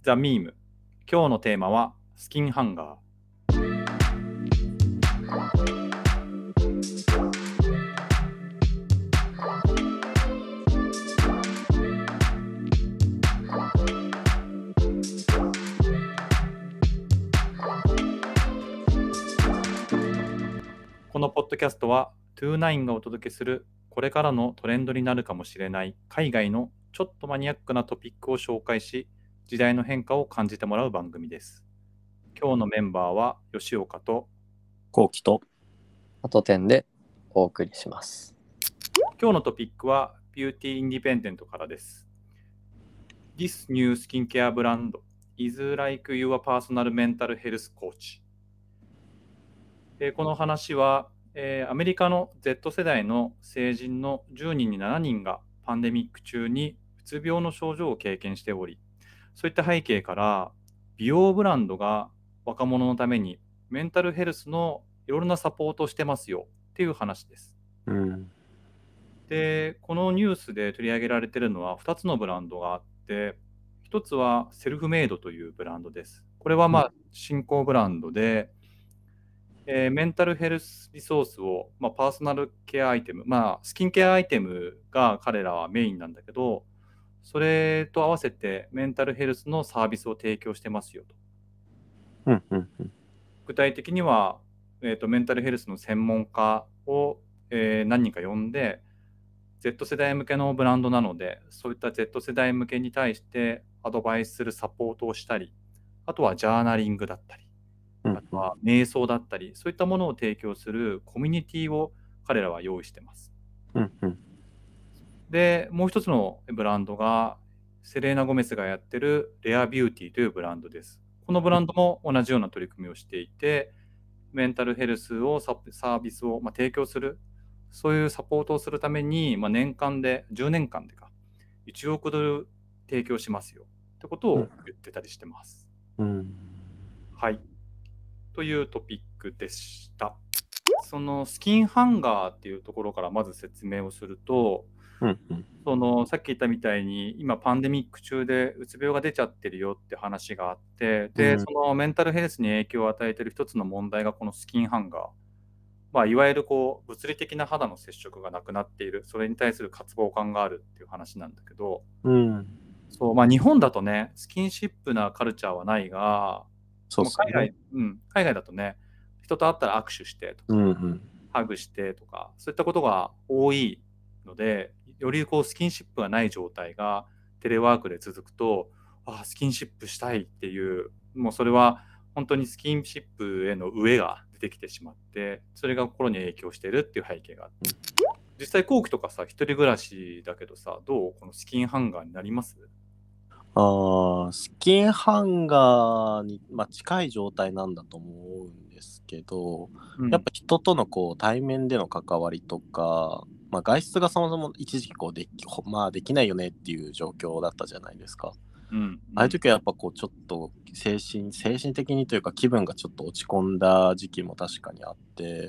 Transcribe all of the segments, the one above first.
ザ・ミーム。今日のテーマはスキンハンガー。このポッドキャストは29がお届けするこれからのトレンドになるかもしれない海外のちょっとマニアックなトピックを紹介し、時代の変化を感じてもらう番組です。今日のメンバーは吉岡と後期とあと点でお送りします。 今日のトピックはビューティーインディペンデントからです。This new skincare brand is like your personal mental health coach。この話は、アメリカの Z 世代の成人の10人に7人がパンデミック中にうつ病の症状を経験しており、そういった背景から美容ブランドが若者のためにメンタルヘルスのいろいろなサポートをしてますよっていう話です。で、このニュースで取り上げられているのは2つのブランドがあって、1つはセルフメイドというブランドです。これは新興ブランドで、メンタルヘルスリソースを、パーソナルケアアイテム、スキンケアアイテムが彼らはメインなんだけど、それと合わせてメンタルヘルスのサービスを提供してますよと。具体的には、メンタルヘルスの専門家を、何人か呼んで、Z 世代向けのブランドなので、そういった Z 世代向けに対してアドバイスするサポートをしたり、あとはジャーナリングだったり、あとは瞑想だったり、そういったものを提供するコミュニティを彼らは用意してます。で、もう一つのブランドがセレーナ・ゴメスがやってるレアビューティーというブランドです。このブランドも同じような取り組みをしていて、メンタルヘルスをサービスを提供する、そういうサポートをするために、年間で10年間で1億ドル提供しますよってことを言ってたりしてます。はい。というトピックでした。そのスキンハンガーっていうところからまず説明をすると、さっき言ったみたいに今パンデミック中でうつ病が出ちゃってるよって話があって、で、そのメンタルヘルスに影響を与えている一つの問題がこのスキンハンガー。いわゆる物理的な肌の接触がなくなっている、それに対する渇望感があるっていう話なんだけど、日本だとね、スキンシップなカルチャーはないが、海外だとね、人と会ったら握手してとか、ハグしてとか、そういったことが多いので、よりスキンシップがない状態がテレワークで続くと、スキンシップしたいっていう、もうそれは本当にスキンシップへの飢えが出てきてしまって、それが心に影響してるっていう背景があって、実際後期とかさ、一人暮らしだけどさ、どうこのスキンハンガーになります？ スキンハンガーに、近い状態なんだと思うんですけど、やっぱ人との対面での関わりとか、外出がそもそも一時期できないよねっていう状況だったじゃないですか。ああいう時はやっぱちょっと精神的にというか気分がちょっと落ち込んだ時期も確かにあって、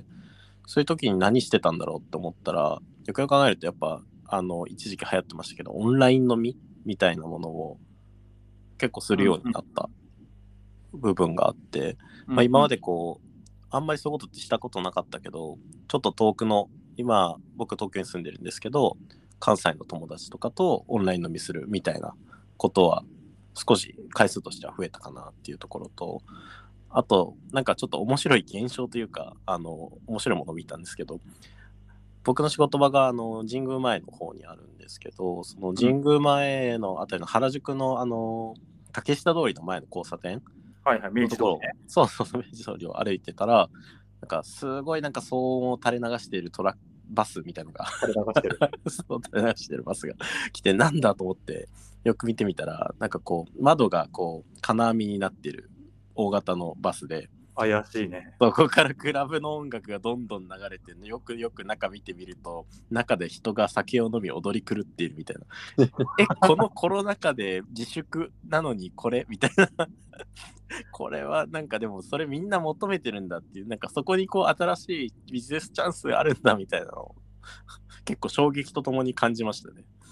そういう時に何してたんだろうって思ったら、よくよく考えるとやっぱ一時期流行ってましたけど、オンライン飲みみたいなものを結構するようになった部分があって、今まであんまりそういうことってしたことなかったけど、ちょっと遠くの、今僕東京に住んでるんですけど、関西の友達とかとオンライン飲みするみたいなことは少し回数としては増えたかなっていうところと、あとなんかちょっと面白い現象というか、面白いものを見たんですけど、僕の仕事場が神宮前の方にあるんですけど、その神宮前のあたりの原宿の竹下通りの前の交差点明治通りね。 そう明治通りを歩いてたら、なんかすごいなんか騒音を垂れ流しているバスみたいなのが垂れ流してるバスが来て、なんだと思ってよく見てみたら、なんか窓が金網になってる大型のバスで、 怪しいね。 そこからクラブの音楽がどんどん流れて、よく中見てみると、中で人が酒を飲み踊り狂っているみたいなこのコロナ禍で自粛なのにこれみたいなこれはなんかでもそれみんな求めてるんだっていう、なんかそこに新しいビジネスチャンスがあるんだみたいなのを結構衝撃とともに感じましたね。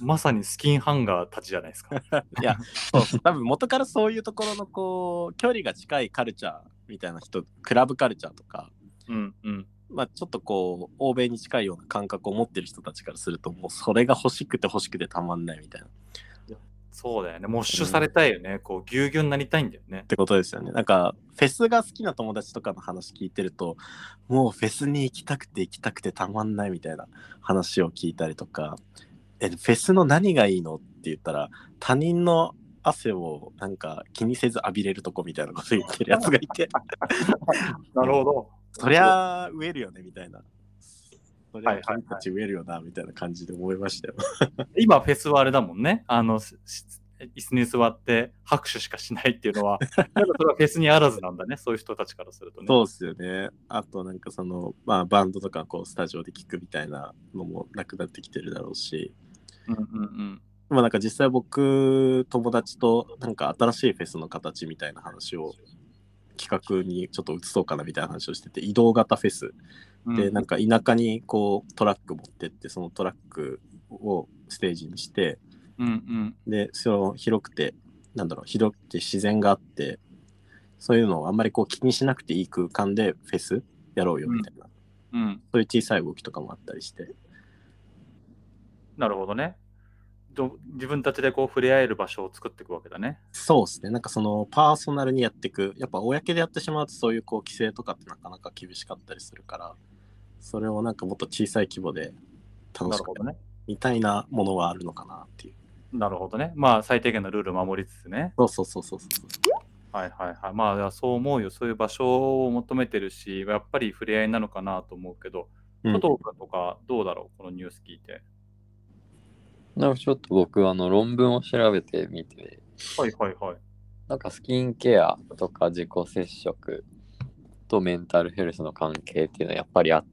まさにスキンハンガーたちじゃないですか。 いや、そう、多分元からそういうところのこう距離が近いカルチャーみたいな人、クラブカルチャーとか、 うんうん。 まあちょっとこう欧米に近いような感覚を持ってる人たちからすると、もうそれが欲しくて欲しくてたまんないみたいな。 そうだよね。モッシュされたいよね。こう、ぎゅうぎゅうになりたいんだよね。 ってことですよね。なんかフェスが好きな友達とかの話聞いてると、もうフェスに行きたくて行きたくてたまんないみたいな話を聞いたりとか、フェスの何がいいのって言ったら、他人の汗をなんか気にせず浴びれるとこみたいなこと言ってるやつがいてなるほど。 そりゃ飢えるよねみたいな、そりゃはいはい君たち飢えるよなみたいな感じで思いましたよ。 今、フェスはあれだもんね。椅子に座って拍手しかしないっていうのは、なんかそれはフェスにあらずなんだね。そういう人たちからするとね。 そうっすよね。あとなんかその、まあバンドとかこうスタジオで聴くみたいなのもなくなってきてるだろうし、 うんうんうん。 まあなんか実際僕友達となんか新しいフェスの形みたいな話を企画にちょっと移そうかなみたいな話をしてて、移動型フェスで、なんか田舎にこうトラック持ってって、そのトラックをステージにして、 うんうん、 でその広くて広くて自然があって、そういうのをあんまりこう気にしなくていい空間でフェスやろうよみたいな、 うん、 そういう小さい動きとかもあったりして。 なるほどね。自分たちでこう触れ合える場所を作っていくわけだね。 そうですね。なんかそのパーソナルにやっていく、やっぱ公でやってしまうとそういうこう規制とかってなかなか厳しかったりするから、それをなんかもっと小さい規模で楽しくみたいなものはあるのかなっていう。 なるほどね。まあ最低限のルールを守りつつね。 そうそうそうそうそう。 はいはいはい。まあそう思うよ。そういう場所を求めてるし、やっぱり触れ合いなのかなと思うけど、 うん、 佐藤君とかどうだろう、このニュース聞いて。 なんかちょっと僕論文を調べてみて、 はいはいはい。 なんかスキンケアとか自己接触とメンタルヘルスの関係っていうのはやっぱりあって、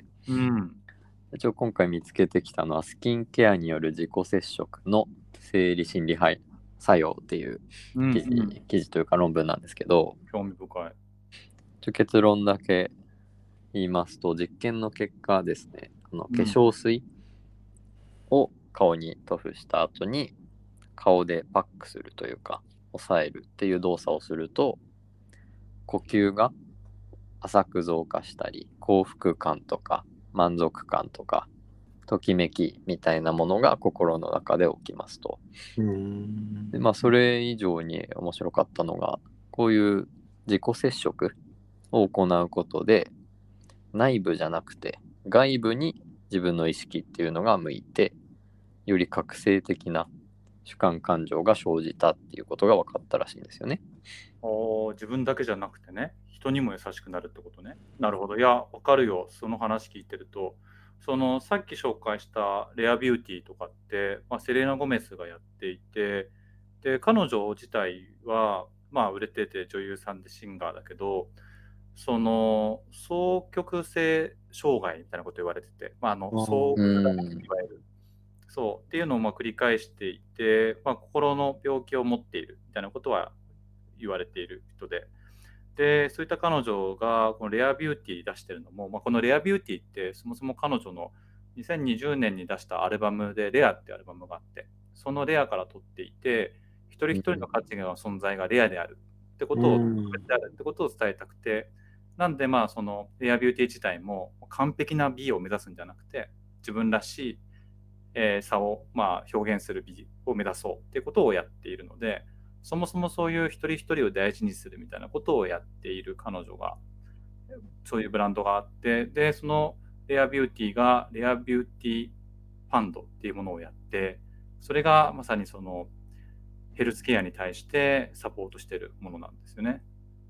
うん。 一応今回見つけてきたのはスキンケアによる自己接触の生理心理作用っていう記事というか論文なんですけど、 興味深い。 結論だけ言いますと、実験の結果ですね、化粧水を顔に塗布した後に顔でパックするというか抑えるっていう動作をすると、呼吸が浅く増加したり、幸福感とか満足感とかときめきみたいなものが心の中で起きますと。で、まあそれ以上に面白かったのが、こういう自己接触を行うことで内部じゃなくて外部に自分の意識っていうのが向いて、より覚醒的な主観感情が生じたっていうことが分かったらしいんですよね。 自分だけじゃなくてね、人にも優しくなるってことね。なるほど。いや、わかるよ。その話聞いてると、さっき紹介したレアビューティーとかって、セレーナ・ゴメスがやっていて、で、彼女自体は、売れてて女優さんでシンガーだけど、双極性障害みたいなこと言われてて、双極だね、いわゆる。そうっていうのを繰り返していて、心の病気を持っているみたいなことは言われている人で、そういった彼女がこのレアビューティー出してるのも、このレアビューティーってそもそも彼女の2020年に出したアルバムでレアってアルバムがあって、そのレアから取っていて、一人一人の価値の存在がレアであるってことを、伝えたくて、なんでそのレアビューティー自体も完璧な美を目指すんじゃなくて、自分らしい差を表現する美を目指そうっていうことをやっているので、そもそもそういう一人一人を大事にするみたいなことをやっている彼女が、そういうブランドがあって、で、そのレアビューティーがレアビューティーファンドっていうものをやって、それがまさにそのヘルスケアに対してサポートしているものなんですよね。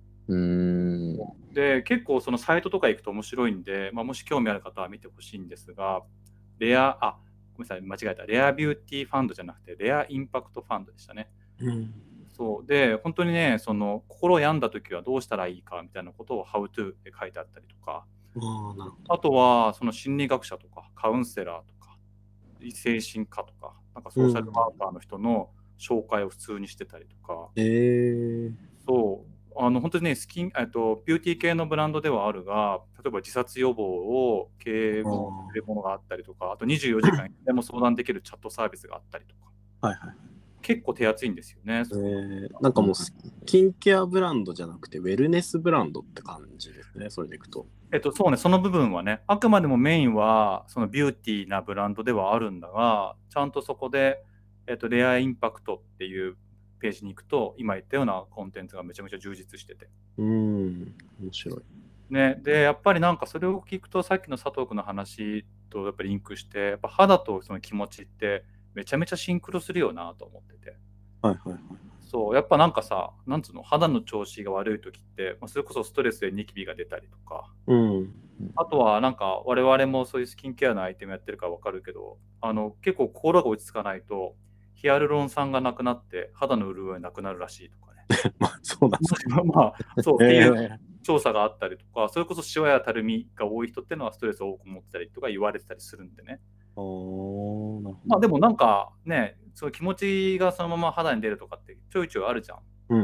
で、結構そのサイトとか行くと面白いんで、もし興味ある方は見てほしいんですが、ごめんなさい、間違えた。レアビューティーファンドじゃなくて、レアインパクトファンドでしたね。そうで、本当にね、心を病んだ時はどうしたらいいかみたいなことを How to で書いてあったりとか、あとはその心理学者とかカウンセラーとか精神科とか、なんかソーシャルワーカーの人の紹介を普通にしてたりとか、そう本当にね、ビューティー系のブランドではあるが、例えば自殺予防を警告するものがあったりとか、あと24時間でも相談できるチャットサービスがあったりとか、 はいはい。 結構手厚いんですよね。 なんかもうスキンケアブランドじゃなくて、ウェルネスブランドって感じですね、それでいくと。 そうね、その部分はね、あくまでもメインはそのビューティーなブランドではあるんだが、ちゃんとそこで、レアインパクトっていうページに行くと、今言ったようなコンテンツがめちゃめちゃ充実してて。 面白い。 ね、で、やっぱりなんかそれを聞くと、さっきの佐藤君の話とやっぱりリンクして、やっぱ肌とその気持ちってめちゃめちゃシンクロするよなと思ってて。 はいはいはい。 そう、やっぱなんかさ、なんつうの、肌の調子が悪い時って、それこそストレスでニキビが出たりとか、あとはなんか我々もそういうスキンケアのアイテムやってるからわかるけど、結構心が落ち着かないと、ヒアルロン酸がなくなって肌の潤いなくなるらしいとかね。 まあそうなんですか。 そうっていう調査があったりとか、それこそシワやたるみが多い人っていうのはストレスを多く持ってたりとか言われてたりするんでね。まあでもなんかね、そういう気持ちがそのまま肌に出るとかってちょいちょいあるじゃん。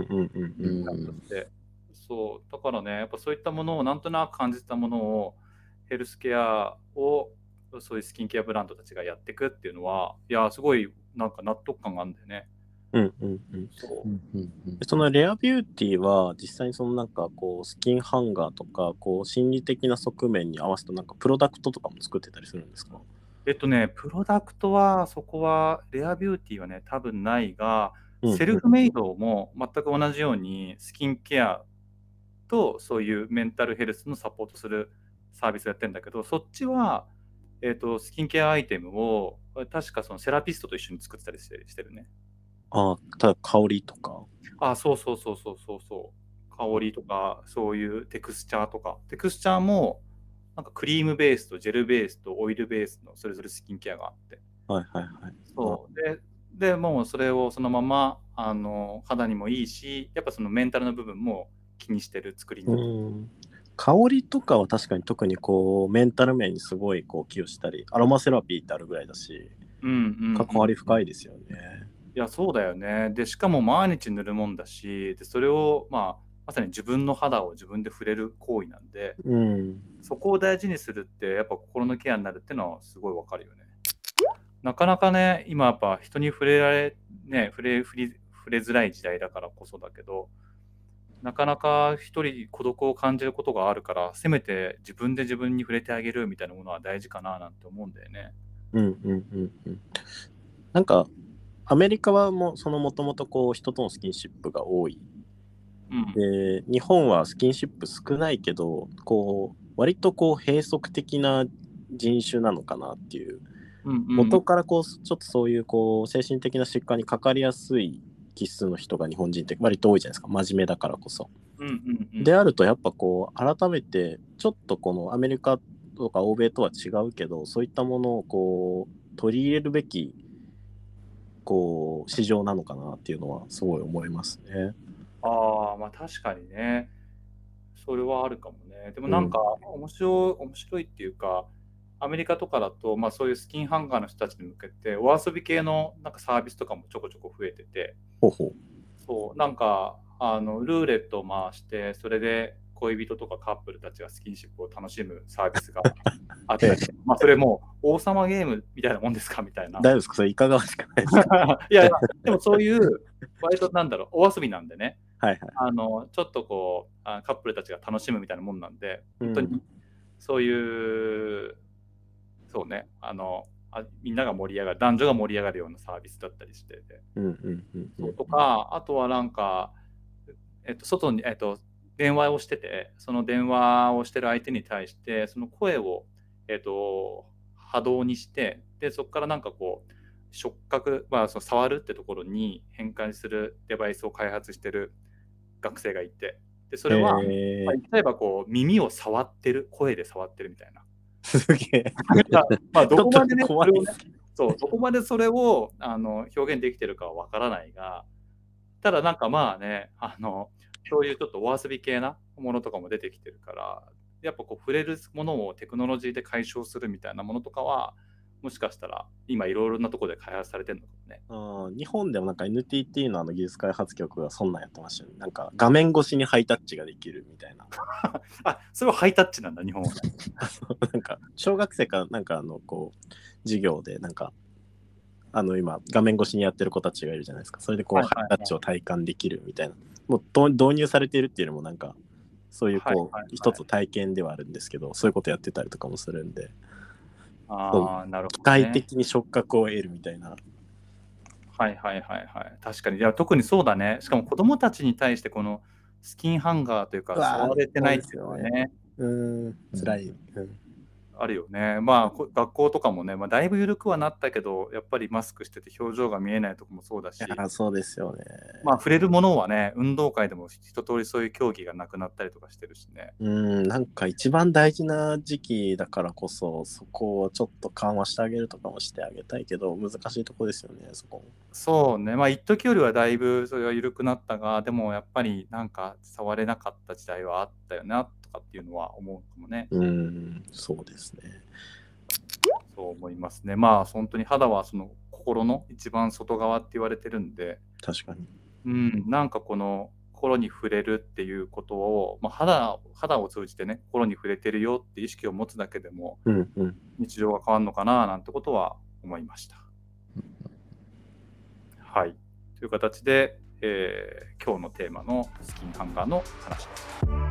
そう、だからね、やっぱそういったものをなんとなく感じたものを、ヘルスケアをそういうスキンケアブランドたちがやっていくっていうのは、いや、すごいなんか納得感があるんだよね。 そのレアビューティーは実際にそのなんかこうスキンハンガーとかこう心理的な側面に合わせたなんかプロダクトとかも作ってたりするんですか？ プロダクトはそこはレアビューティーはね多分ないが、セルフメイドも全く同じようにスキンケアとそういうメンタルヘルスのサポートするサービスをやってるんだけど、そっちはスキンケアアイテムを確かそのセラピストと一緒に作ってたりしてるね。 ただ香りとか。 そう。香りとか、そういうテクスチャーとか。テクスチャーも、なんかクリームベースとジェルベースとオイルベースのそれぞれスキンケアがあって。そう。で、もうそれをそのまま、肌にもいいし、やっぱそのメンタルの部分も気にしてる作りになってる。 香りとかは確かに特にこうメンタル面にすごいこう寄与したり、アロマセラピーってあるぐらいだし、関わり深いですよね。 いや、そうだよね。で、しかも毎日塗るもんだし、でそれを、まさに自分の肌を自分で触れる行為なんで、そこを大事にするって、やっぱ心のケアになるっていうのはすごいわかるよね。なかなかね、今やっぱ人に触れづらい時代だからこそだけど、なかなか一人孤独を感じることがあるから、せめて自分で自分に触れてあげるみたいなものは大事かななんて思うんだよね。 なんかアメリカはもともとこう人とのスキンシップが多い。で日本はスキンシップ少ないけど、こう割とこう閉塞的な人種なのかなっていう。元からこうちょっとそういうこう精神的な疾患にかかりやすい気質の人が日本人って割と多いじゃないですか、真面目だからこそ。であるとやっぱこう改めてちょっとこのアメリカとか欧米とは違うけど、そういったものをこう取り入れるべきこう市場なのかなっていうのはすごい思いますね。 まあ確かにね、それはあるかもね。でもなんか面白いっていうか、アメリカとかだと、そういうスキンハンガーの人たちに向けて、お遊び系のなんかサービスとかもちょこちょこ増えてて、そう、なんか、ルーレットを回して、それで恋人とかカップルたちがスキンシップを楽しむサービスがあって、それもう王様ゲームみたいなもんですかみたいな。 大丈夫ですか？それいかがわしくないですか？ いや、でもそういう、割とお遊びなんでね。ちょっとこう、カップルたちが楽しむみたいなもんなんで、本当にそういう、そうね、みんなが盛り上がる、男女が盛り上がるようなサービスだったりしてて。とか、あとはなんか、外に、電話をしてて、その電話をしてる相手に対して、その声を、波動にして、で、そこからなんかこう、触覚、その触るってところに変換するデバイスを開発してる学生がいて、で、それは、例えばこう、耳を触ってる、声で触ってるみたいな。 すげえ。 どこまでね、どこまでそれを表現できてるかはわからないが、ただなんかそういうちょっとお遊び系なものとかも出てきてるから、やっぱこう触れるものをテクノロジーで解消するみたいなものとかは、 もしかしたら今いろいろなところで開発されてるのかもね。 日本でもなんか NTT の技術開発局がそんなんやってましたよね。なんか画面越しにハイタッチができるみたいな。 あ、それはハイタッチなんだ、日本は。 なんか小学生かなんかこう授業でなんか今画面越しにやってる子たちがいるじゃないですか。それでこう、ハイタッチを体感できるみたいな。もう導入されているっていうのもなんかそういうこう、一つ体験ではあるんですけど、そういうことやってたりとかもするんで。 ああ、なるほど、ね。 機械的に触覚を得るみたいな。 はいはいはいはい。確かに。いや、特にそうだね。しかも子供たちに対してこのスキンハンガーというか、触れてないっていうのはね。 辛い。 あるよね。まあ、学校とかもね、だいぶ緩くはなったけど、やっぱりマスクしてて表情が見えないとこもそうだし、 そうですよね。 触れるものはね、運動会でも一通りそういう競技がなくなったりとかしてるしね。 なんか一番大事な時期だからこそ、そこをちょっと緩和してあげるとかもしてあげたいけど、難しいとこですよね、そこ。 そうね。一時よりはだいぶそれは緩くなったが、でもやっぱりなんか触れなかった時代はあったよな、とかっていうのは思うかもね。 そうですね。 そう思いますね。本当に肌はその心の一番外側って言われてるんで、 確かに。 なんかこの心に触れるっていうことを、肌を通じてね、心に触れてるよって意識を持つだけでも、日常が変わるのかななんてことは思いました。はい。という形で、今日のテーマのスキンハンガーの話です。